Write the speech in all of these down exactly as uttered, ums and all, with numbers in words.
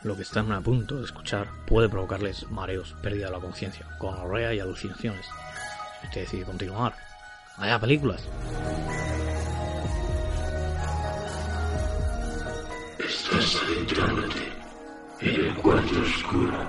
Lo que están a punto de escuchar puede provocarles mareos, pérdida de la conciencia, gonorrea y alucinaciones. Si usted decide continuar, vaya películas. Estás adentrándote en el cuarto oscuro.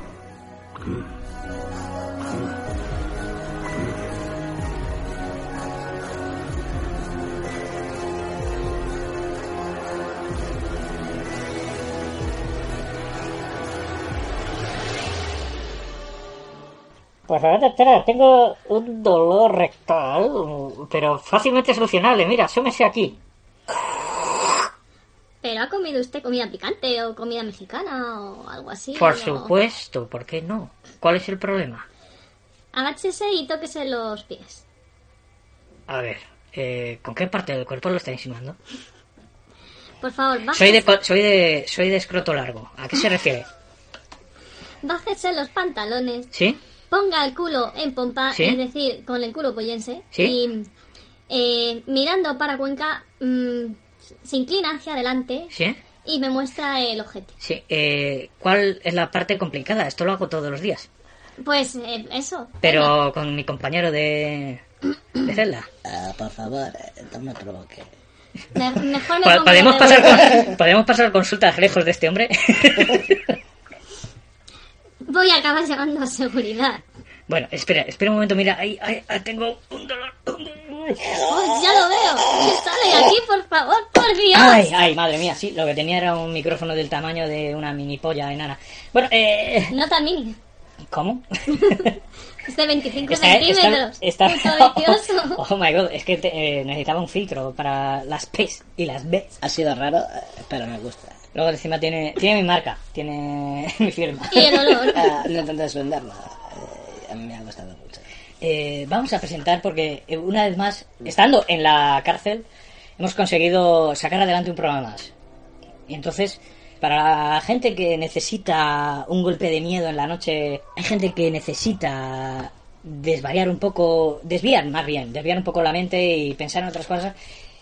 Pues a ver, doctora, tengo un dolor rectal, pero fácilmente solucionable. Mira, súmese aquí. ¿Pero ha comido usted comida picante o comida mexicana o algo así? Por o... supuesto, ¿por qué no? ¿Cuál es el problema? Agáchese y tóquese los pies. A ver, eh, ¿con qué parte del cuerpo lo está insinuando? Por favor, bájese. Soy de, soy de, soy de escroto largo. ¿A qué se refiere? Bájese los pantalones. ¿Sí? Ponga el culo en pompa, ¿Sí? es decir, con el culo pollense. ¿Sí? Y eh, mirando para Cuenca, mmm, se inclina hacia adelante. ¿Sí? Y me muestra el ojete. Sí. Eh, ¿Cuál es la parte complicada? Esto lo hago todos los días. Pues eh, eso. Pero venga. con mi compañero de, de celda. Uh, por favor, no me provoque. Me- mejor me pongo ¿Podemos de pasar, vuelta. con, ¿Podemos pasar consultas lejos de este hombre? Voy a acabar llamando a seguridad. Bueno, espera, espera un momento, mira, ahí, ahí, ahí tengo un dolor. Un dolor. Oh, ya lo veo. Sale de aquí, por favor, por Dios. Ay, ay, madre mía, sí, lo que tenía era un micrófono del tamaño de una mini polla enana. Bueno, eh... No tan mini. ¿Cómo? Es de veinticinco Está- centímetros. está- Puto está- vicioso. Oh my god, es que te- eh, necesitaba un filtro para las P's y las B's. Ha sido raro, eh, pero me gusta. Luego encima tiene, tiene mi marca, tiene mi firma. Y el olor. Uh, no intentes venderlo. Eh, a mí me ha gustado mucho. Eh, vamos a presentar porque eh, una vez más, estando en la cárcel, hemos conseguido sacar adelante un programa más. Y entonces, para la gente que necesita un golpe de miedo en la noche, hay gente que necesita desvariar un poco, desviar más bien, desviar un poco la mente y pensar en otras cosas.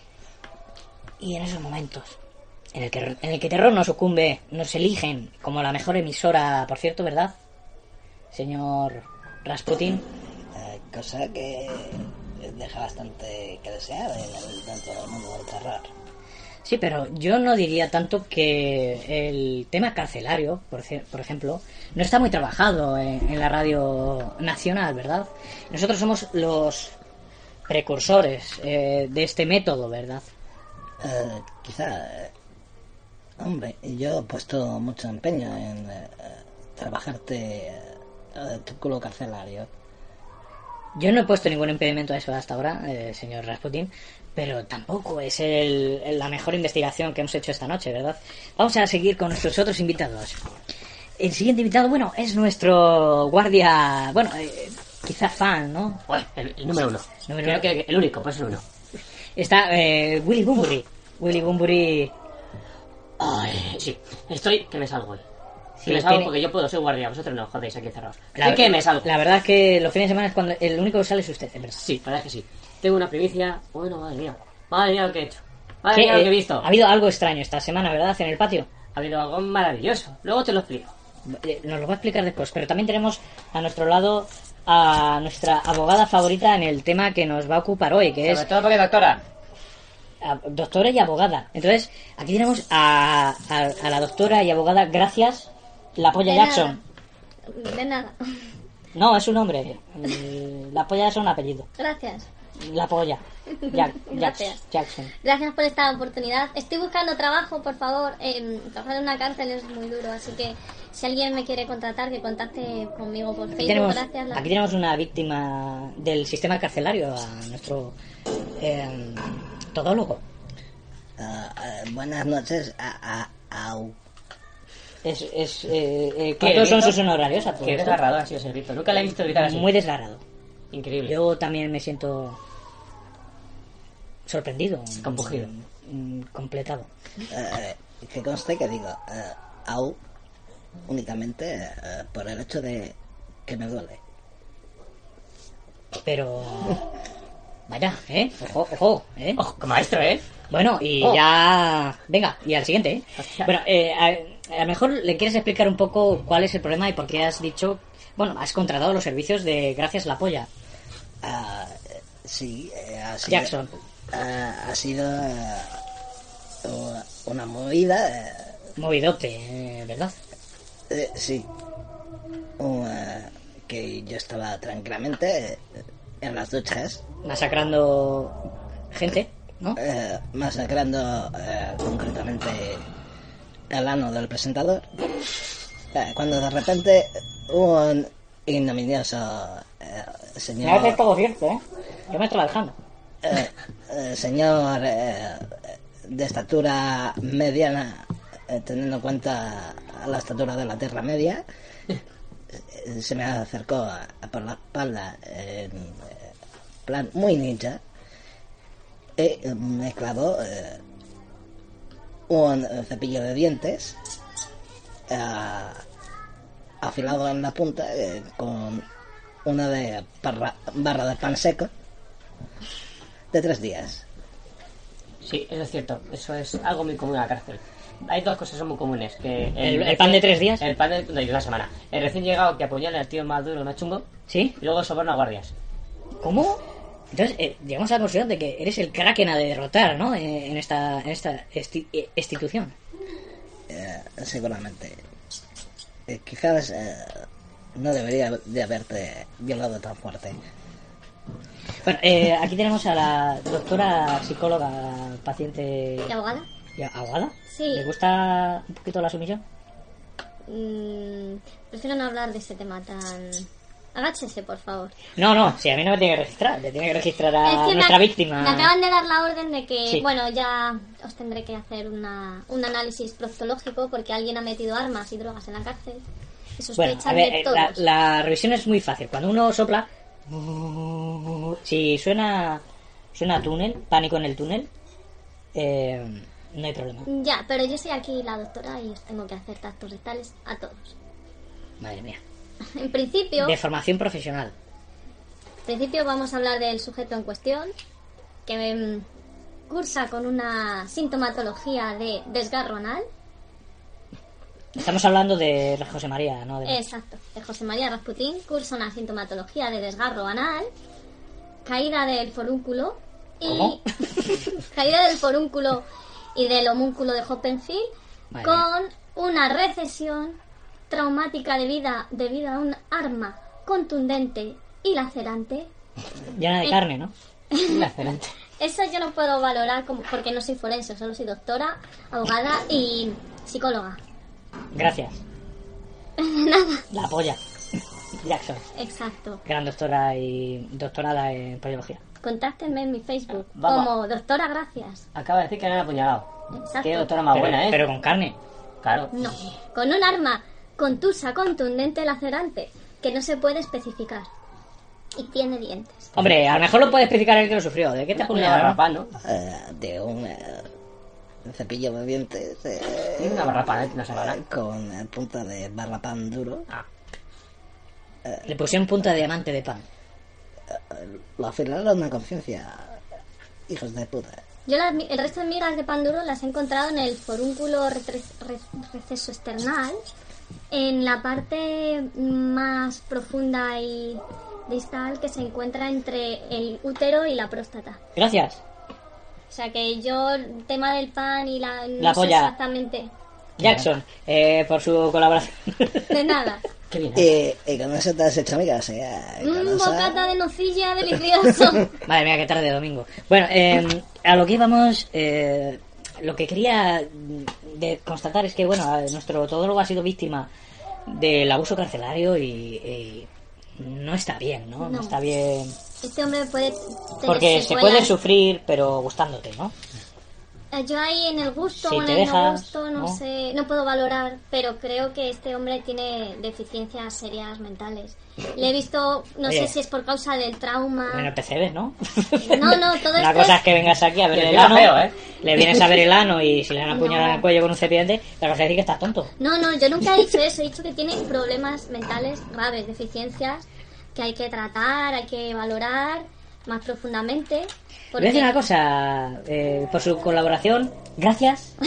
Y en esos momentos, en el que, en el que terror nos sucumbe, nos eligen como la mejor emisora, por cierto, ¿verdad? Señor Rasputin. Eh, cosa que deja bastante que desear en el, dentro del mundo del terror. Sí, pero yo no diría tanto que el tema carcelario, por, ce- por ejemplo, no está muy trabajado en, en la radio nacional, ¿verdad? Nosotros somos los precursores eh, de este método, ¿verdad? Eh, quizá... eh, hombre, yo he puesto mucho empeño en eh, trabajarte eh, tu culo carcelario. Yo no he puesto ningún impedimento a eso hasta ahora, eh, señor Rasputin, pero tampoco es el, el- la mejor investigación que hemos hecho esta noche, ¿verdad? Vamos a seguir con nuestros otros invitados. El siguiente invitado, bueno, es nuestro guardia, bueno, eh, quizás fan, ¿no? Bueno, el, el número uno. Número Creo uno. que el único, pues el uno. Está eh, Willy Bunbury. Willy Bunbury. Ay, sí, estoy que me salgo hoy. Sí, que me salgo tiene- porque yo puedo ser guardia, vosotros no, jodéis aquí encerrados. La, Estoy que me salgo. la verdad es que los fines de semana es cuando el único que sale es usted, en verdad. Sí, la verdad es que sí. Tengo una primicia. Bueno, madre mía. Madre mía lo que he hecho. Madre ¿Qué, mía lo que he eh, visto. Ha habido algo extraño esta semana, ¿verdad? En el patio. Ha habido algo maravilloso. Luego te lo explico. Eh, Nos lo va a explicar después, pero también tenemos a nuestro lado a nuestra abogada favorita en el tema que nos va a ocupar hoy, que es Sobre todo porque, doctora, a- doctora y abogada. Entonces, aquí tenemos a, a, a la doctora y abogada Gracias La Polla De Jackson. nada. De nada. No, es un nombre. Eh, La Polla es un apellido. Gracias. La Polla. Jack- Gracias. Jackson. Gracias por esta oportunidad. Estoy buscando trabajo, por favor. Eh, trabajar en una cárcel es muy duro, así que si alguien me quiere contratar, que contacte conmigo por Aquí Facebook. tenemos, Gracias. La- aquí tenemos una víctima del sistema carcelario, a nuestro eh, todólogo. Ah, ah, buenas noches. A, a, au. Es, es, eh, eh, ¿Qué, ¿Cuántos son Víctor? sus honorarios a todo qué esto? desgarrador ha sido ese grito. Nunca la he visto gritar así. Muy desgarrado. Increíble. Yo también me siento sorprendido. Compungido. mm, Completado. Eh, que conste que digo eh, au únicamente eh, por el hecho de que me duele. Pero... Vaya, ¿eh? Ojo, ojo, ¿eh? Ojo, maestro, ¿eh? Bueno, y Oh. ya... Venga, y al siguiente, ¿eh? Hostia. Bueno, eh, a- a lo mejor le quieres explicar un poco cuál es el problema y por qué has dicho... Bueno, has contratado los servicios de Gracias La Polla. Ah, sí, eh, ha sido, Jackson. ah, ha sido eh, una movida, eh, Movidote, eh, ¿verdad? eh, sí, Un, eh, que yo estaba tranquilamente eh, en las duchas, Masacrando gente, ¿no? eh, masacrando eh, concretamente el ano del presentador, eh, cuando de repente un ignominioso eh, señor... No es todo cierto, ¿eh? Yo me estoy trabajando. Eh, eh, señor eh, de estatura mediana, eh, teniendo en cuenta la estatura de la Tierra Media, eh, se me acercó a, a por la espalda en eh, plan muy ninja y eh, me clavó eh, un cepillo de dientes eh, afilado en la punta eh, con una de barra, barra de pan seco de tres días. Sí, eso es cierto. Eso es algo muy común en la cárcel. Hay dos cosas que son muy comunes. Que ¿El- el pan de tres días? El pan de, de una semana. El recién llegado que apuñala al tío más duro, más chungo. ¿Sí? Y luego soborna guardias. ¿Cómo? Entonces, eh, llegamos a la posición de que eres el kraken a derrotar, ¿no? Eh, en esta, en esta esti- eh, institución. Eh, seguramente. Eh, quizás eh, no debería de haberte violado tan fuerte. Bueno, eh, aquí tenemos a la doctora psicóloga paciente... ¿Y abogada? ¿Y abogada? Sí. ¿Le gusta un poquito la sumisión? Mm, prefiero no hablar de ese tema tan... Agáchese, por favor. No, no, si a mí no me tiene que registrar, le tiene que registrar a Es que nuestra me, víctima. me acaban de dar la orden de que, Sí. bueno, ya os tendré que hacer una, un análisis proctológico porque alguien ha metido armas y drogas en la cárcel. Y Bueno, sospechan a ver, de eh, todos. la, la revisión es muy fácil. Cuando uno sopla, si suena suena túnel, pánico en el túnel, eh, no hay problema. Ya, pero yo soy aquí la doctora y os tengo que hacer tactos rectales a todos. Madre mía. En principio, De formación profesional. en principio vamos a hablar del sujeto en cuestión, que mm, cursa con una sintomatología de desgarro anal. Estamos hablando de José María, ¿no? De... Exacto, de José María Rasputín, cursa una sintomatología de desgarro anal, caída del forúnculo y ¿Cómo? caída del forúnculo y del homúnculo de Hoppenfield Madre con una recesión traumática debida, debido a un arma contundente y lacerante. Llena de Eh. carne, ¿no? Lacerante. Eso yo no puedo valorar como, porque no soy forense, solo soy doctora, abogada y psicóloga. Gracias. Nada. La polla. Jackson. Exacto. Gran doctora y doctorada en poliología. Contáctenme en mi Facebook Vamos. como doctora gracias. Acaba de decir que le han apuñalado. Exacto. Qué doctora más pero, buena, ¿eh? pero con carne. Claro. No, con un arma contusa, contundente, lacerante, que no se puede especificar. Y tiene dientes. Hombre, a lo mejor lo puede especificar el que lo sufrió. ¿De qué te Una apuñalaron? barrapa, ¿no? Eh, de un eh, cepillo de dientes eh, Una barrapa, ¿eh? No se va con eh, punta de barrapán duro. Ah. Le pusieron punta de diamante de pan. Lo afilaron a conciencia, hijos de puta. Yo las mi- el resto de migas de pan duro las he encontrado en el forúnculo retre- re- receso external, en la parte más profunda y distal que se encuentra entre el útero y la próstata. Gracias. O sea que yo, el tema del pan y la... No La sé polla. exactamente Jackson, eh, por su colaboración. de nada. Qué bien. ¿eh? Y, y con eso te has hecho amigas, ¿eh? Un Con esa- bocata de nocilla delicioso. Madre mía, qué tarde de domingo. Bueno, eh, a lo que íbamos, eh, lo que quería mm, de constatar es que, bueno, a- nuestro todólogo ha sido víctima del abuso carcelario y, y no está bien, ¿no? No, No. está bien. Este hombre puede tener Porque se secuelas. puede sufrir, pero gustándote, ¿no? Eh, Yo ahí en el gusto Si o en te el dejas, no gusto, no, ¿no? sé, no puedo valorar, pero creo que este hombre tiene deficiencias serias mentales. Le he visto, no Oye. sé si es por causa del trauma. Bueno, P C Bs, ¿no? No, no, todo Una esto cosa es- es que vengas aquí a ver Y el encima ano, feo, ¿eh? le vienes a ver el ano y si le han apuñalado No. en el cuello con un cepillo de dientes, la cosa es decir que estás tonto. No, no, yo nunca he dicho eso, he dicho que tiene problemas mentales graves, deficiencias que hay que tratar, hay que valorar más profundamente. Voy a decir una cosa, eh, por su colaboración, gracias.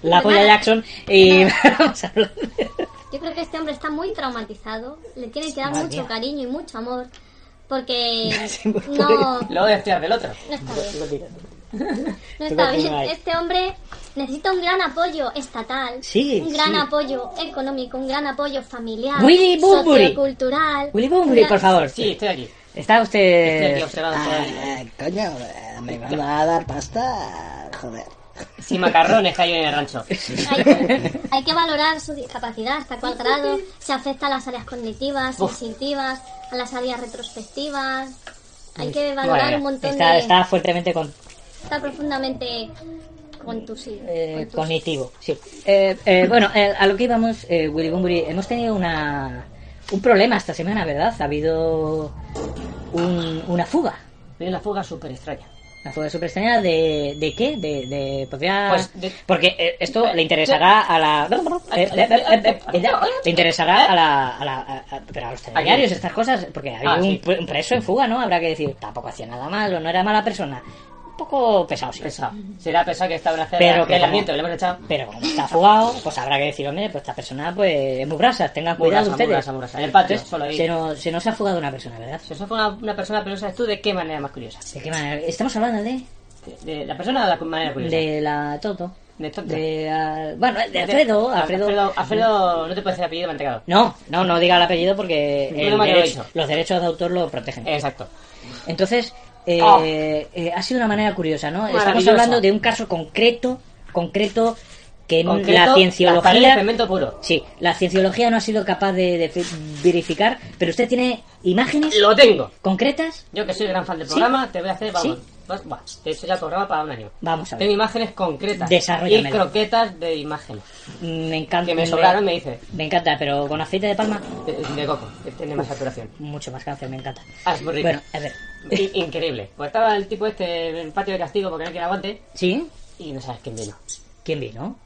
la polla nada. Jackson y vamos a hablar de... Yo creo que este hombre está muy traumatizado. Le tiene que dar Madre mucho mía. cariño y mucho amor. Porque Sí, pues, no, Lo voy a espiar del otro. no está bien. Lo tiras. No Tú está bien. continúa ahí. Este hombre necesita un gran apoyo estatal. Sí, un gran sí. apoyo económico, un gran apoyo familiar. Willy Bunbury. Sociocultural. Willy Bunbury, un gran- por favor. Sí, estoy aquí. Está Estoy aquí usted... observando. Ah, eh, coño, eh, me van a dar pasta. Joder. Sin macarrones que hay en el rancho. Hay, hay que valorar su discapacidad, hasta cuál grado se afecta a las áreas cognitivas, Uf. sensitivas, a las áreas retrospectivas. Hay que valorar Bueno, un montón está, de... está fuertemente con, Está profundamente contusivo. eh, Contusivo. cognitivo, sí. Eh, eh, bueno, eh, a lo que íbamos, eh, Willy Bunbury, hemos tenido una un problema esta semana, ¿verdad? Ha habido un- una fuga. Hay una fuga súper extraña. Una fuga súper extraña de, de qué? De, de propiedad... Pues de- Porque eh, esto le interesará a la... eh, eh, eh, eh, eh, Le interesará a la... A la a- a- pero a los telediarios, estas cosas, porque ha habido Ah, sí. un, un preso en fuga, ¿no? Habrá que decir, tampoco hacía nada malo, no era mala persona. Un poco pesado, sí. Pesado. Será pesado que está en una celda Pero de que aislamiento, como- le hemos echado. Pero como está fugado, pues habrá que decir, hombre, pues esta persona pues es muy brasa, tengan Muy cuidado brasa, muy ustedes. brasa, muy brasa. En el patio, Entonces, solo ahí. se, nos, se nos ha fugado una persona, ¿verdad? Si eso fue una, una persona, pero no sabes tú de qué manera más curiosa. ¿De qué manera? Estamos hablando de... De, de la persona o de la manera curiosa. De la Toto. De Toto. De, ah, bueno, de Alfredo, De- Alfredo. Alfredo, Alfredo, no te puede decir apellido mantecado. No, no, no diga el apellido porque No, el no me lo he derecho- dicho. los derechos de autor lo protegen. Exacto. Entonces, eh, Oh. eh, ha sido una manera curiosa, ¿no? Estamos Maravillosa. hablando de un caso concreto, concreto, que en Concreto, la las paredes de cienciología... cemento puro. Sí, la cienciología no ha sido capaz de, de fe- verificar, pero usted tiene imágenes Lo tengo. concretas. Yo que soy gran fan del ¿Sí? programa, te voy a hacer, vamos, ¿Sí? vas- buah, te he hecho ya el programa para un año. Vamos a ver. Tengo imágenes concretas. Desarróllamelo. Y croquetas de imágenes. Mm, Me encanta. Que me sobraron, me dice. Me encanta, pero con aceite de palma, De, de coco, que tiene más saturación. mucho más cáncer, me encanta. Ah, es muy rico. Bueno, a ver. I- Increíble. Pues estaba el tipo este en el patio de castigo porque no quiere aguante ¿Sí? y no sabes quién vino. ¿Quién vino?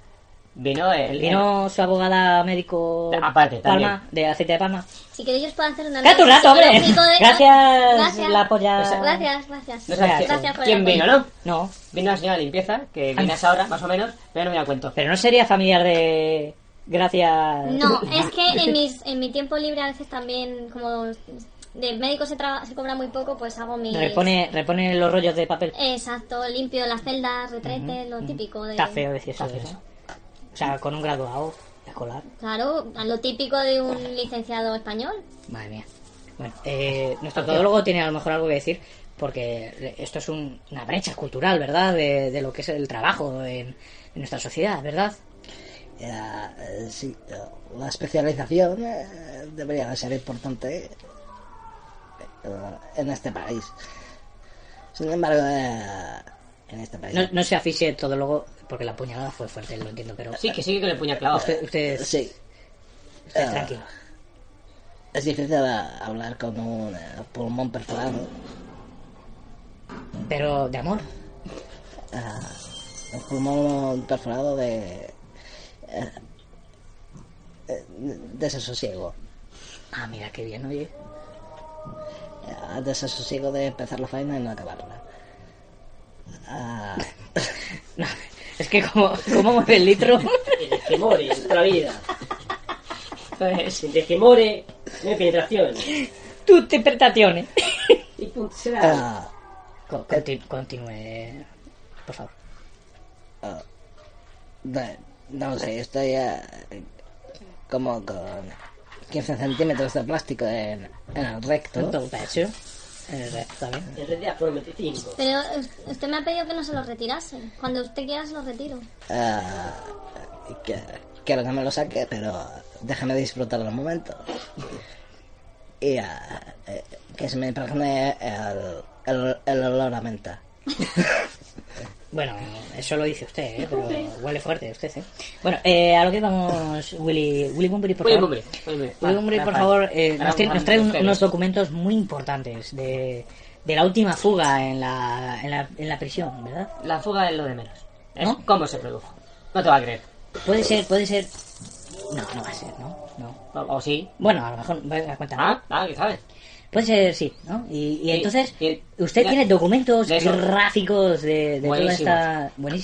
Vino el... Vino su abogada médico Aparte, Palma, también. de aceite de palma. Si queréis, os puedo hacer una... ¡Cállate un rato, hombre! psicológico de- Gracias, Gracias. la polla... Gracias, gracias. No sabes Gracias. quién, Gracias por quién el vino, apoyo. ¿no? No, Vino la señora de limpieza, que viene a esa hora, más o menos, pero no me da cuento. pero no sería familiar de... Gracias... No, es que en, mis, en mi tiempo libre a veces también, como de médico se, traba- se cobra muy poco, pues hago mis... Repone, repone los rollos de papel. Exacto, limpio las celdas, retrete, lo típico de... Está feo decir eso. Está feo. ¿no? O sea, con un graduado escolar. Claro, a lo típico de un licenciado español. Madre mía. Bueno, eh, nuestro todólogo tiene a lo mejor algo que decir, porque esto es un- una brecha cultural, ¿verdad? De, de lo que es el trabajo en, en nuestra sociedad, ¿verdad? Ya, eh, sí, eh, la especialización eh, debería de ser importante eh, en este país. Sin embargo, eh, en este país... No, no se afiche todólogo, porque la puñalada fue fuerte, lo entiendo, pero... Sí, que sigue con el puñal clavado. Usted, usted, Sí, usted eh, tranquilo. es difícil eh, hablar con un eh, pulmón perforado. Pero de amor. Ah, un pulmón perforado de... eh, eh, desasosiego. Ah, mira, qué bien, oye. Eh, desasosiego de empezar la faena y no acabarla. Ah, No, es que como, como mueve el litro... El que more en toda la vida. Entonces, el que more, no hay penetración. Tu interpretación. Y punto, será. ah, Co- conti- continúe, por favor. ah, no, no sé, estoy eh, como con quince centímetros de plástico en, en el recto. En todo pecho. Eh, Está bien. En realidad fueron veinticinco. Pero us- usted me ha pedido que no se lo retirase. Cuando usted quiera se lo retiro. Ah, que- quiero que me lo saque, pero déjame disfrutar del momento. Y ah, eh, que se me impregne el, el, el olor a menta. Bueno, eso lo dice usted, ¿eh? Pero huele fuerte usted, ¿eh? Bueno, eh, a lo que vamos, Willy, Willy Bunbury, por Willy favor. Bunbury, Willy Bunbury. Willy Bunbury, Va, por va, favor, va. eh, Ahora nos, tiene- vamos nos trae a un- ustedes. unos documentos muy importantes de, de la última fuga en la, en la, en la prisión, ¿verdad? La fuga es lo de menos. Es ¿No? cómo se produjo. No te va a creer. Puede ser, puede ser... No, no va a ser, ¿no? No. O, o sí. Bueno, a lo mejor, venga, cuéntame. Ah, ah, ¿qué sabes? Puede ser, sí, ¿no? Y, y entonces, y- usted ya- tiene documentos de eso. gráficos de, de toda Buenísimos. esta... Buenísimos.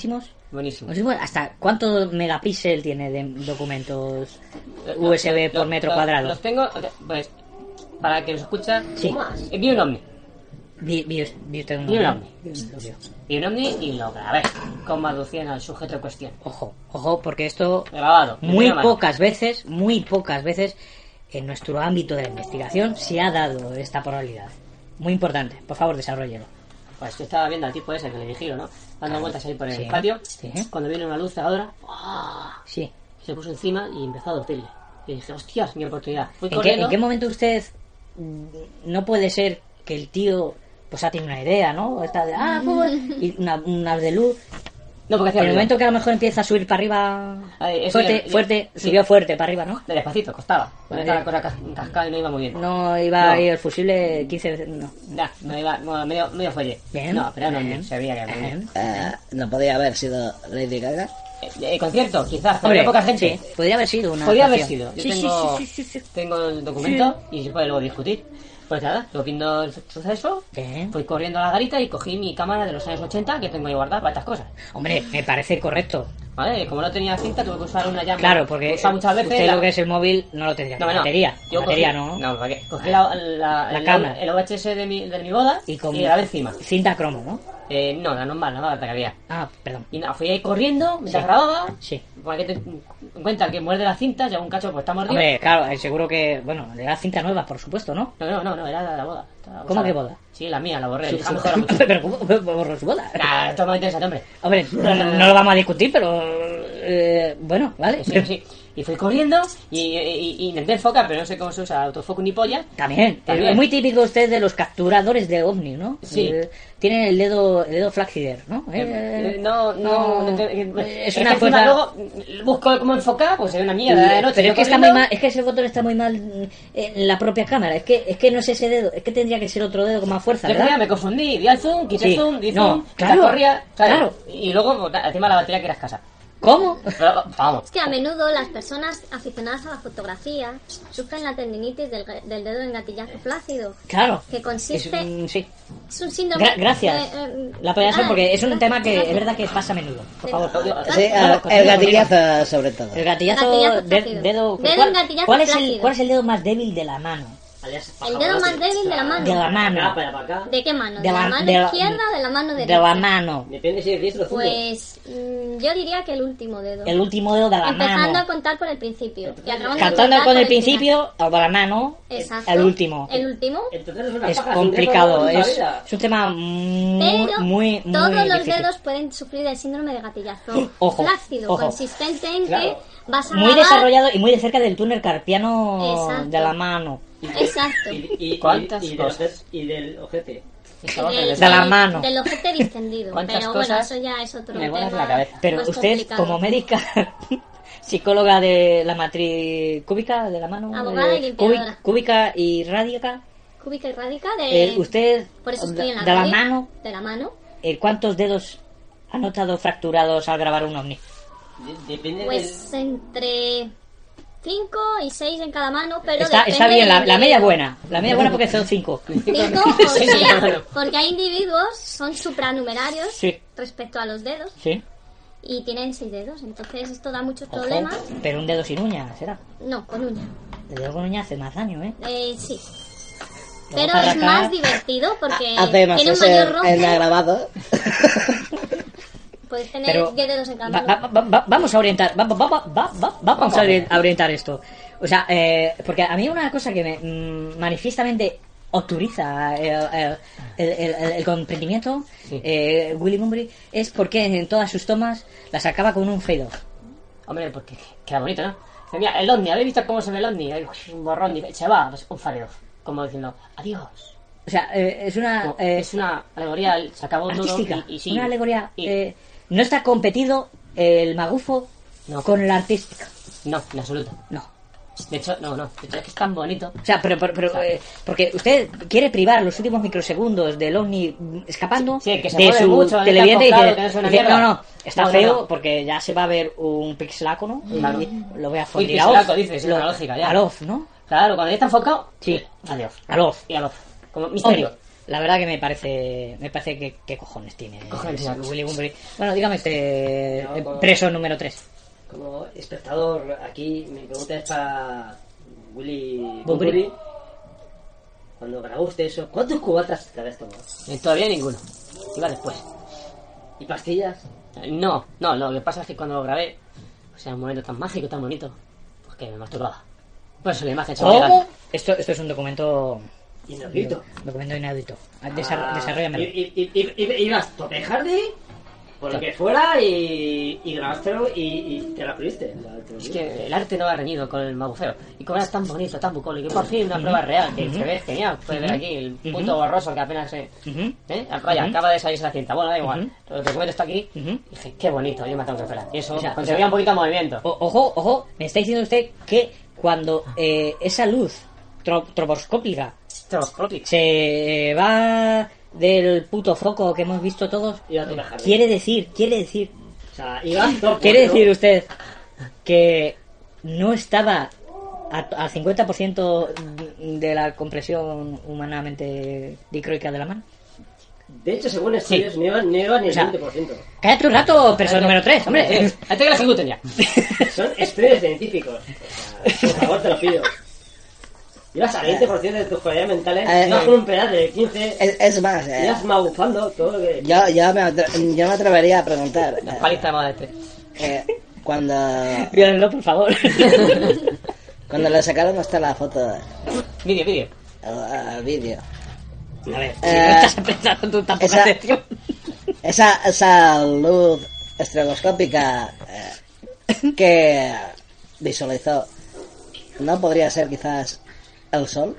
Buenísimo. ¿Hasta cuánto megapíxel tiene de documentos U S B por Los- metro los- cuadrado? Los tengo, pues, para que os escucha, Sí. vi un ovni. Vi, vi, vi usted un Vi un ovni. ovni. Vi un ovni y lo grabé. Cómo aducían al sujeto en cuestión. Ojo, ojo, porque esto Grabado. de muy primera mano. pocas veces, muy pocas veces en nuestro ámbito de la investigación se ha dado esta probabilidad. Muy importante, por favor, desarrollelo. Pues yo estaba viendo al tipo ese que le vigilo, ¿no? Dando vueltas ahí por el Sí. patio. Sí. Cuando viene una luz ahora, ¡ah! Sí. se puso encima y empezó a adoptarle. Y dije, hostias, mi oportunidad. Fui ¿En qué, corriendo. en qué momento usted mm, no puede ser que el tío pues ha tenido una idea, ¿no? Está de, ah, pues, y una, una de luz. No, porque hacía En el ruido. momento que a lo mejor empieza a subir para arriba Ay, eso fuerte, ya- ya- fuerte, sí. subió fuerte para arriba, ¿no? De despacito, costaba. Porque Vale. estaba la cosa cas- cascada y no iba muy bien. No iba No. ahí el fusible quince veces, no. Ya, no iba, no, medio, medio fuelle. Bien. No, pero no, bien, se veía que era muy bien. bien. Eh, ¿No podía haber sido Lady Gaga? Eh, eh, concierto, quizás, pero Hombre, había poca gente. sí, podría haber sido una Podría haber actuación. sido. Yo Sí, sí, tengo, sí, sí, sí, sí. tengo el documento y se puede luego discutir. Pues nada, estuve viendo el suceso, Bien. fui corriendo a la garita y cogí mi cámara de los años ochenta que tengo ahí guardada para estas cosas. Hombre, me parece correcto. ¿Vale? Como no tenía cinta, tuve que usar una llama. Claro, porque Usaba muchas veces. usted la- lo que es el móvil no lo tendría. No, no, batería. Yo batería cogí, no. No, ¿para qué? Cogí la, la, La el, cámara. el O H S de mi, de mi boda Y y, con la de encima. cinta cromo, ¿no? Eh, no, la normal, la más barata que había. Ah, perdón. Y nada, fui ahí corriendo mientras Sí. grababa. Sí. Para que te en cuenta que muerde las cintas y algún cacho pues está mordido. Hombre, claro, eh, seguro que, bueno, le da cinta nueva, por supuesto, ¿no? No, no, no, no, era la, la boda. Estaba ¿Cómo usada. que boda? Sí, la mía, la borré. Su- Dije, su- "Ah, mejora mucho". Pero ¿cómo cómo borró su boda? Nah, esto es más interesante, hombre. Hombre, no, no lo vamos a discutir, pero eh, bueno, vale. Sí, sí. Y fui corriendo y, y- y intenté enfocar, pero no sé cómo se usa autofoco ni polla. También, También. es muy típico usted de los capturadores de ovni, ¿no? Sí. Eh, tiene el dedo, el dedo flaxider, ¿no? Eh, Eh, eh, no, no, no, no te- es es una que encima fuerza- luego mm, busco cómo enfocar, pues es una mierda de noche. pero yo es que está corriendo. muy mal, es que ese botón está muy mal mm, en la propia cámara. Es que es que no es ese dedo, es que tendría que ser otro dedo con más fuerza, Yo ¿verdad? creía, me confundí, di al zoom, quité Sí. zoom, di No, zoom, claro, la corría, ¿sabes? claro. Y luego, pues, encima la batería que era escasa. ¿Cómo? Pero, vamos. Es que a menudo las personas aficionadas a la fotografía sufren la tendinitis del, del dedo en gatillazo flácido, Claro. que consiste... Es, mm, sí. Es un síndrome... Gra- gracias. eh, eh, La apoyación ah, porque es un gracias, tema que gracias. es verdad que pasa a menudo. Por favor. Sí, Bueno, el, continúa, el gatillazo sobre todo. El gatillazo, Gatillazo de- flácido. dedo. Dedo ¿cuál, en gatillazo cuál es el, flácido. ¿Cuál es el dedo más débil de la mano? El dedo más débil de la mano. De la mano. ¿De qué mano? De ¿De, la- la, mano de la- izquierda o de la mano derecha? De la mano. Depende si es diestro o zurdo. Pues mm, yo diría que el último dedo. El último dedo de la Empezando mano. a contar por el principio. y acabando de Cantando contar con por el final. principio, el de la mano, Exacto. el último. El último. Entonces es una Es paja, complicado, es un dedo es, de la vida. es un tema muy, Pero muy, muy todos los difícil. dedos pueden sufrir del síndrome de gatillazo Ojo, flácido, ojo. consistente en Claro. que vas a Muy grabar... desarrollado y muy de cerca del túnel carpiano Exacto. de la mano. Exacto. Y, y, ¿Cuántas y, y del cosas? ojete- y del ojete. Del, De la del- mano. Del ojete distendido. ¿Cuántas Pero bueno, cosas eso ya es otro me vuelas tema la cabeza? Pero más usted, complicado. como médica, psicóloga de la matriz cúbica de la mano, Abogada y eh, limpiadora. cúbi- cúbica y radica, Cúbica y radica de... eh, usted, Por eso de, estoy en la de la radio. mano, De la mano. eh, ¿cuántos dedos ha notado fracturados al grabar un ovni? De- Depende Pues del... entre cinco y seis en cada mano, pero Está, depende está bien, del la, la media individuo. buena, la media buena porque son cinco. Cinco o Sí, seis, claro. porque hay individuos, son supranumerarios Sí, respecto a los dedos sí. y tienen seis dedos, entonces esto da muchos Ojo, problemas. pero un dedo sin uña, será. No, con uña. El dedo con uña hace más daño, ¿eh? Eh, sí. Lo Pero vas a es arrancar. más divertido porque Hace más tiene un ese mayor el roce. agravado. Puedes tener Pero diez dedos en cada va- mano. va- va- vamos a orientar, va- va- va- va- va- va- vamos a ori- a orientar esto. O sea, eh, porque a mí una cosa que me mm, manifiestamente autoriza el, el- el- el- el comprendimiento, Sí. eh, Willy Mumbry, es porque en todas sus tomas las acaba con un fade off. Hombre, porque queda bonito, ¿no? Dice, mira, el ovni, ¿habéis visto cómo se ve el ovni? Hay un borrón, dice, se va, pues un fareo. Como diciendo, adiós. O sea, eh, es una... No, eh, es una alegoría, se acabó todo artística, y, y sí. una alegoría. Y- eh, no está competido el magufo No. con la artística. No, en absoluto. No. De hecho, no, no. De hecho, es que es tan bonito. O sea, pero, pero, pero, eh, porque usted quiere privar los últimos microsegundos del ovni Sí, escapando sí, que se de mueve su mucho, que televidente y está dice, enfocado, que no es una dice, mierda. no, no, está No, no, feo no. porque ya se va a ver un pixelácono y Claro. lo voy a Uy, fundir a pixelaco, off. dices, es Lo- una lógica, ya. al off, ¿no? Claro, cuando ya está enfocado, Sí. adiós. Al off. Y al off. Como misterio. Hombre, La verdad que me parece, me parece que qué cojones tiene Cojones, ese ya. Willy Bunbury. Bueno, dígame este No, eh, como- preso número tres. Como espectador, aquí mi pregunta es para Willy Bunbury. Bunbury. Cuando grabó usted eso, ¿cuántos cubatas te habías tomado? Eh, Todavía ninguno. Iba después. ¿Y pastillas? Eh, No, no, lo que pasa es que cuando lo grabé, o sea, un momento tan mágico, tan bonito, pues que me masturbaba. Por eso la imagen se me ¿Cómo? llega. Esto, esto es un documento... Inaudito. Documento inaudito. Desar- Ah, Desarróllamelo. y- y- y- y- Ibas tope Hardy, por lo que fuera, y, y grabástelo y, y te la pudiste. O sea, te lo Es digo. que el arte no va reñido con el magufeo. Y como era tan bonito, tan bucólico, y por fin una prueba real, que se ve genial. Puedes ver aquí el punto borroso que apenas se... Ujú. ¿Eh? Vaya, Ujú. acaba de salirse la cinta. Bueno, da igual. Ujú. El documento está aquí. Ujú. Y dije, qué bonito, yo me tengo que esperar. Y eso O sea, contribuía un poquito al movimiento. O- ojo, ojo, me está diciendo usted que cuando eh, esa luz tro- troboscópica Stroboscopic. se va del puto foco que hemos visto todos, Iba a tope Hardy. quiere decir, quiere decir, O sea, ibas tope. quiere ¿no? decir usted que no estaba a- al cincuenta por ciento de la compresión humanamente dicroica de la mano. De hecho, según estudios, no iba, no iba ni el O sea, veinte por ciento. Cállate un rato, persona número tres, hombre. Antes que la ejecuten ya. Son estudios científicos. O sea, por favor, te lo pido. Ibas al veinte por ciento de tus cualidades mentales, Eh, ibas eh. con un pedal de quince, Es, es más, eh, ibas magufando todo lo que... yo, yo, me, atre- yo me atrevería a preguntar. La eh, paliza de moda este. eh, cuando, Vírenlo, por favor. cuando le sacaron hasta la foto Vídeo, vídeo. al, al vídeo, A ver, si Eh, no estás prestando tú tampoco esa- atención. esa, esa luz estroboscópica eh, que visualizó, ¿no podría ser quizás el sol?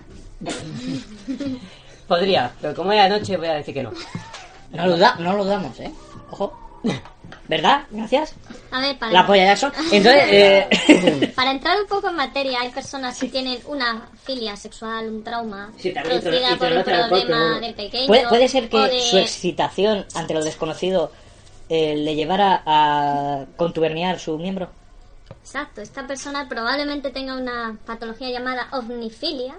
Podría, pero como era de noche voy a decir que no. No lo, da, no lo damos, ¿eh? Ojo. ¿Verdad? Gracias. A ver, para, La polla Jackson. Entonces, eh... para entrar un poco en materia, hay personas que tienen una filia sexual, un trauma, Sí, también te lo- producida y te por lo un notan al cuerpo, problema ¿no? del pequeño. ¿puede, puede ser que o de- su excitación ante lo desconocido eh, le llevara a contuberniar su miembro. Exacto, esta persona probablemente tenga una patología llamada ovnifilia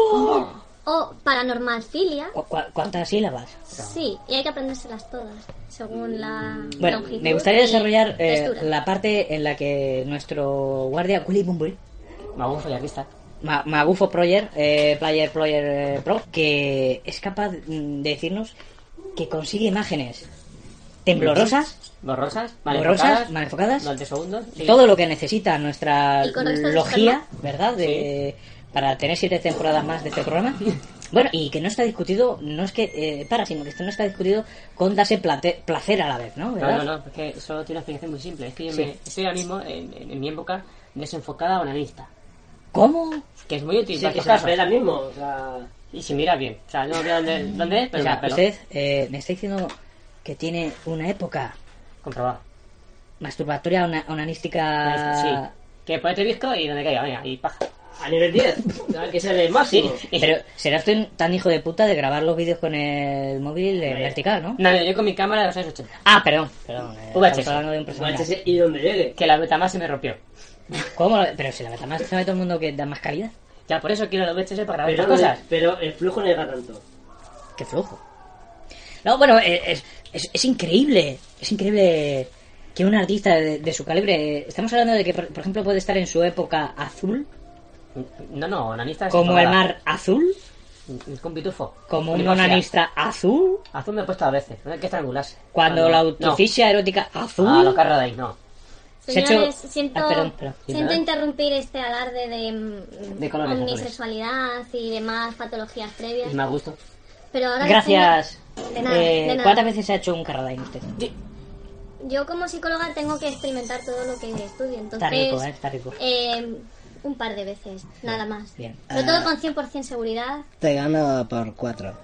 o paranormalfilia. ¿Cu- cu- ¿Cuántas sílabas? Sí, y hay que aprendérselas todas, según la Bueno, longitud me gustaría y desarrollar eh, textura. la parte en la que nuestro guardia Willy Bunbury, Magufo y aquí está. Ma- Magufo Proyer, eh, Player Player eh, Pro, que es capaz mm, de decirnos que consigue imágenes temblorosas, Borrosas, mal borrosas, enfocadas, mal enfocadas, durante segundos. Sí. todo lo que necesita nuestra Y con restos de logía, ¿verdad? De, para tener siete temporadas más de este programa. Bueno, y que no está discutido, no es que eh, para, sino que esto no está discutido con darse plate- placer a la vez, ¿no? No, ¿Verdad? no, no, es que eso tiene una explicación muy simple. Es que yo Sí. me, estoy ahora mismo en, en- en mi época desenfocada onanista. ¿Cómo? Que es muy útil Sí, para que estos se la casos. pela mismo, o sea... Y si mira bien. O sea, no veo dónde, dónde es, pero O sea, me la pelo. usted eh, me está diciendo que tiene una época Comprobado. masturbatoria ona- onanística. Sí. Que ponete disco y donde caiga, venga, y paja. A nivel diez, o sea, que es el máximo. Pero será usted tan hijo de puta de grabar los vídeos con el móvil en vertical, ¿no? No, no, yo con mi cámara de los años ochenta. Ah, perdón, perdón. eh, V H S. estamos hablando de un personaje. V H S y donde llegue. Que la beta más se me rompió. ¿Cómo? lo- Pero si la Betamax sabe todo el mundo que da más calidad. Ya, por eso quiero los V H S para grabar Pero, estas cosas. pero el flujo no llega tanto. Qué flujo. No, bueno, eh, es, es, es increíble. Es increíble que un artista de, de su calibre. Estamos hablando de que, por, por ejemplo, puede estar en su época azul, No, no, onanista es como el enfocada. mar azul, Con pitufo. como un Primacia. onanista azul, Azul me he puesto a veces. No hay que estrangularse. cuando Ah, no. la autoficia erótica No. azul. Ah, los carros de ahí, no. Se ha Señores, hecho- siento, Ah, perdón, perdón. siento Sí, interrumpir este alarde de, mm, De colores omnisexualidad y demás patologías previas. Y más gusto. Pero ahora les Gracias. tengo- De nada, Eh, de nada. ¿Cuántas veces ha hecho un Carradine usted? Yo como psicóloga tengo que experimentar todo lo que estudio, entonces... Está rico, ¿eh? Está rico. eh, un par de veces, nada más. Bien. Pero todo con cien por ciento seguridad. Te gano por cuatro.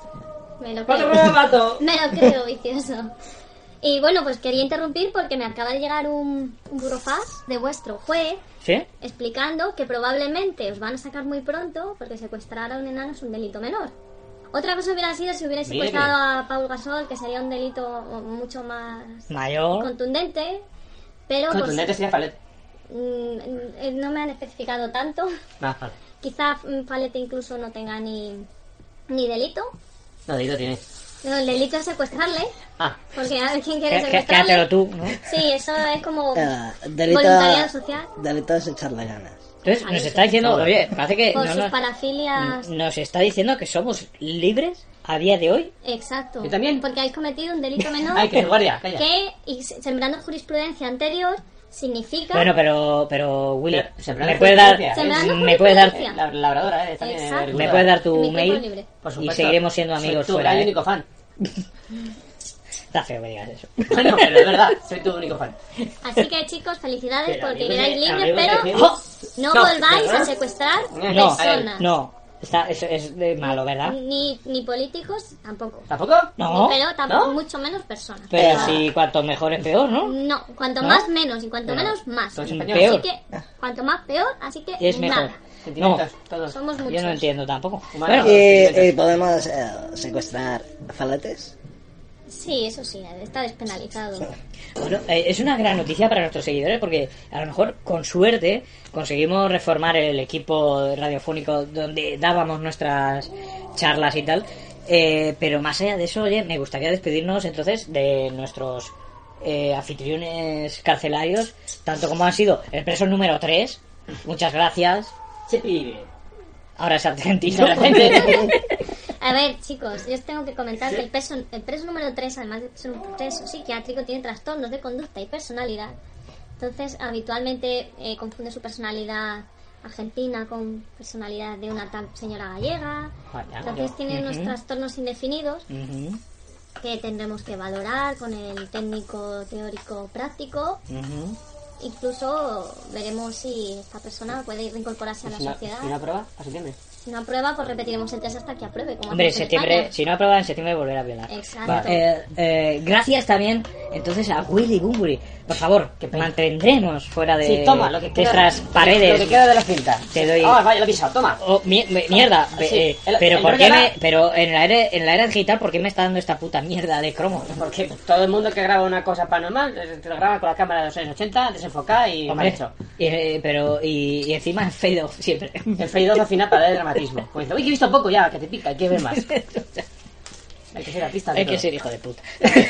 Me lo ¡Cuatro creo. por el gato! Me lo creo, vicioso. Y bueno, pues quería interrumpir porque me acaba de llegar un, un burofax de vuestro juez ¿Sí? explicando que probablemente os van a sacar muy pronto porque secuestrar a un enano es un delito menor. Otra cosa hubiera sido si hubierais Viene. secuestrado a Paul Gasol, que sería un delito mucho más Mayor. contundente, pero pues, Contundente sería Falete. mm, eh, no me han especificado tanto. Nada, vale. Quizá mm, Falete incluso no tenga ni, ni delito. No, delito tiene. No, el delito es secuestrarle, Ah, porque a ver quién quiere Qué- qué- secuestrarle. Quédatelo tú, ¿no? Sí, eso es como Eh, delito, voluntariado social. delito es echarle ganas. Entonces Ahí nos sí. está diciendo, oye, parece que Por no sus nos, parafilias. nos está diciendo que somos libres a día de hoy. Exacto. Yo también. Porque habéis cometido un delito menor hay que guardia, calla. que, y se- sembrando jurisprudencia anterior, significa... Bueno, pero, pero Willy, Pero, sembrando ¿me puedes dar, jurisprudencia, Sembrando me puedes dar, jurisprudencia. La labradora, eh, también. Exacto. eh, me puedes dar tu Mi tiempo mail libre. Por y supuesto. seguiremos siendo amigos Soy tu fuera. gran ¿eh? y único fan. Está feo que digas eso. Bueno, pero es verdad, soy tu único fan. Así que chicos, felicidades Pero porque amigos quedáis de- libres, amigos de pero amigos. no, No, volváis ¿verdad? a secuestrar No, personas. no, está, eso es de malo, ¿verdad? Ni, ni políticos tampoco. ¿Tampoco? No, Pero tampoco, ¿No? mucho menos personas. pero si cuanto mejor es peor, ¿no? No, cuanto ¿No? más menos y cuanto Pero- menos más. Sois Así españoles. Peor. que cuanto más peor, así que Es mejor. nada. No, Sentimientos, todos. Somos muchos. yo no entiendo tampoco. Humanos. Bueno, Y, y podemos eh, secuestrar faletes. Sí, eso sí, está despenalizado. Bueno, eh, es una gran noticia para nuestros seguidores porque a lo mejor con suerte conseguimos reformar el equipo radiofónico donde dábamos nuestras charlas y tal. Eh, pero más allá de eso, oye, me gustaría despedirnos entonces de nuestros eh, anfitriones carcelarios, tanto como han sido el preso número tres. Muchas gracias. Che pibe. Ahora es argentino. A ver, chicos, yo os tengo que comentar que el preso, el preso número tres, además de ser un preso psiquiátrico, tiene trastornos de conducta y personalidad. Entonces, habitualmente eh, confunde su personalidad argentina con personalidad de una tal señora gallega. Vaya, Entonces, tiene unos Ujú. trastornos indefinidos Ujú, que tendremos que valorar con el técnico teórico práctico. ujú. Incluso veremos si esta persona puede reincorporarse a la ¿Y una, sociedad. y una prueba a septiembre? Si no aprueba, pues repetiremos el test hasta que apruebe. Como Hombre, en hacemos en septiembre, España. si no aprueba en septiembre volverá a violar. Exacto. Eh, eh, gracias también entonces a Willy Bunbury. Por favor, que mantendremos fuera de, Sí, toma, lo que de queda, estas lo que- paredes. Lo que queda de la cinta. Te doy- Ah, vaya, lo he pisado, toma. Oh, mi- mi- mierda, Sí, eh, el- pero el ¿por qué rollo me, era- pero en la era en la era digital ¿por qué me está dando esta puta mierda de cromo? Porque todo el mundo que graba una cosa paranormal eh, te lo graba con la cámara de los años ochenta, desenfocada y mal Hombre, hecho. eh, pero y, y encima en fade off siempre. El fade off al final para dar dramatismo. Como dice, uy, que he visto poco ya, que te pica, hay que ver más. Hay que ser artista. de Hay que todo. ser hijo de puta.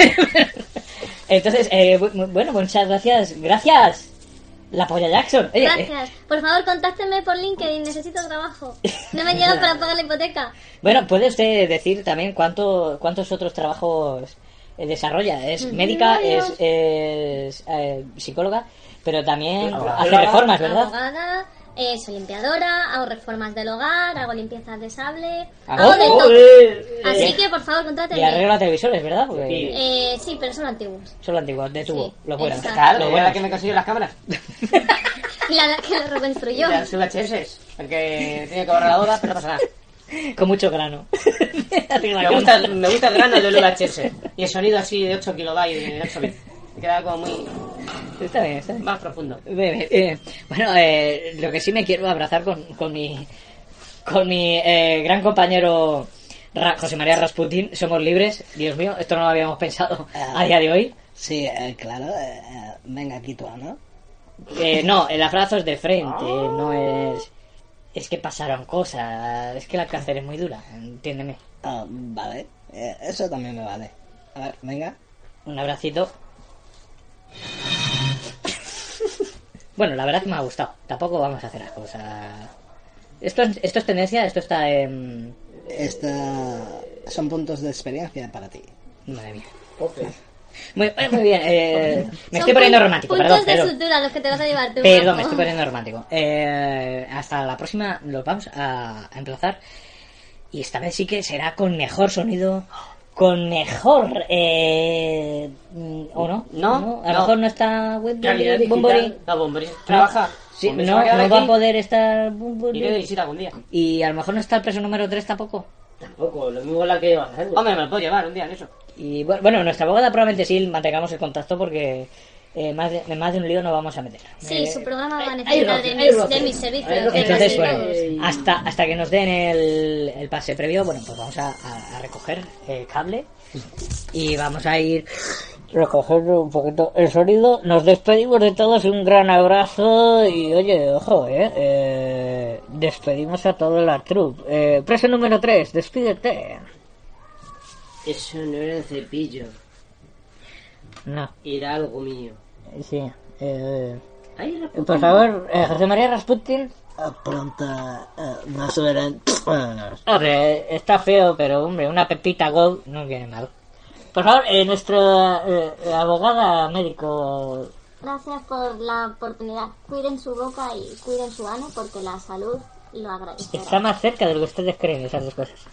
Entonces, eh, bu- bueno, muchas gracias. Gracias. La polla Jackson. Oye, eh, Gracias. Por favor, contáctenme por LinkedIn, necesito trabajo. No me llega para pagar la hipoteca. bueno, ¿puede usted decir también cuánto, cuántos otros trabajos eh, desarrolla? Es médica, es, Varios. es eh, psicóloga, pero también Abogada. hace reformas, ¿verdad? Abogada, eh, soy limpiadora, hago reformas del hogar, hago limpiezas de sable, Ah, hago de oh, todo. Joder. Así eh. que, por favor, Y contrátenme. arregla televisores, ¿verdad? Porque Sí. Eh, sí, pero son antiguos. son los antiguos, de tubo, Sí, los buenos. exacto. Claro, Los era buenos. la que me consiguió las cámaras. Y la que lo reconstruyó. Y las V H S. Porque tenía que borrar la boda, pero no pasa nada. Con mucho grano. Me gusta, me gusta el grano del V H S. Y el sonido así de ocho kilobytes, de ocho bits. Me quedaba como muy Está bien, está bien. más profundo. Bien, eh, bueno, eh, lo que sí me quiero abrazar con, con mi con mi eh, gran compañero Ra- José María Rasputín. Somos libres. Dios mío, esto no lo habíamos pensado a día de hoy. Sí, eh, claro. eh, eh, venga aquí tú, ¿no? Eh, no, el abrazo es de frente, no es... Es que pasaron cosas, es que la cárcel es muy dura, entiéndeme. Ah, vale. eh, eso también me vale. A ver, venga. Un abracito. Bueno, la verdad que me ha gustado. Tampoco vamos a hacer las cosas... Esto es, esto es tendencia, esto está en... Esta... Son puntos de experiencia para ti. Madre mía. Muy, eh, muy bien, eh, me Son estoy poniendo pun- romántico, puntos perdón, de perdón. sutura los que te vas a llevar tú. Perdón, Paco. me estoy poniendo romántico. Eh, hasta la próxima los vamos a, a emplazar. Y esta vez sí que será con mejor sonido, con mejor... Eh, mm, ¿O no? No, A lo no. mejor no está Calidad digital. Bumburi. No, Bumburi trabaja. Sí, Bumburi se no, va a quedar no va a aquí. poder estar Bumburi. Iré de visita algún día. Y a lo mejor no está el preso número tres tampoco. Tampoco, lo mismo la que iba a hacer. Hombre, me lo puedo llevar un día en eso. Y bu- bueno, nuestra abogada probablemente sí mantengamos el contacto porque eh, más, de, más de un lío no vamos a meter. Sí, Eh, su programa va a hay necesitar roce, de hay mis, roce. de mis servicios. Hay roce. de Entonces, casi bueno, todos. Eh, hasta, hasta que nos den el, el pase previo, bueno, pues vamos a, a- a recoger el cable y vamos a ir recogiendo un poquito el sonido. Nos despedimos de todos, un gran abrazo y oye, ojo, eh, eh despedimos a toda la troupe. Eh, preso número tres, despídete. Eso no era el cepillo. No, Era algo mío. sí. Eh, Ahí la por favor, eh, José María Rasputin. Pronto eh, nos verán. Hombre, está feo, pero hombre, una pepita gold no viene mal. Por favor, eh, nuestra eh, abogada médico. Gracias por la oportunidad. Cuiden su boca y cuiden su ano porque la salud lo agradecerá. Está más cerca de lo que ustedes creen, esas dos cosas.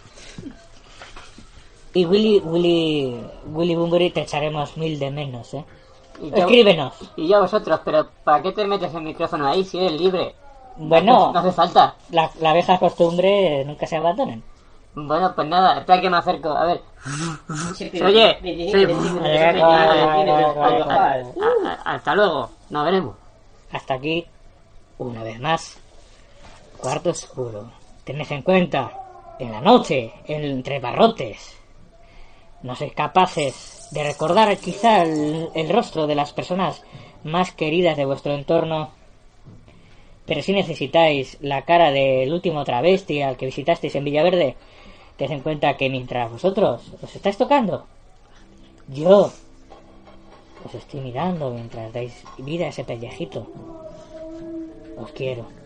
Y Willy, Willy, Willy Bunbury te echaremos mil de menos, ¿eh? Y yo- Escríbenos. Y yo a vosotros, pero ¿para qué te metes el micrófono ahí si eres libre? Bueno, No hace falta. la, la vieja costumbre nunca se abandonen. Bueno, pues nada, espera que me acerco. A ver. Sí, Oye, me- me- sí. me- me- me- Eh, me- guau, me- guau, me- me- guau, guau, me- guau. A- a- hasta luego. Nos veremos. Hasta aquí, una vez más, Cuarto Oscuro. Tened en cuenta, en la noche, entre barrotes, no sois capaces de recordar quizá el, el rostro de las personas más queridas de vuestro entorno, pero si necesitáis la cara del último travesti al que visitasteis en Villaverde, tened en cuenta que mientras vosotros os estáis tocando, yo os estoy mirando mientras dais vida a ese pellejito. Os quiero.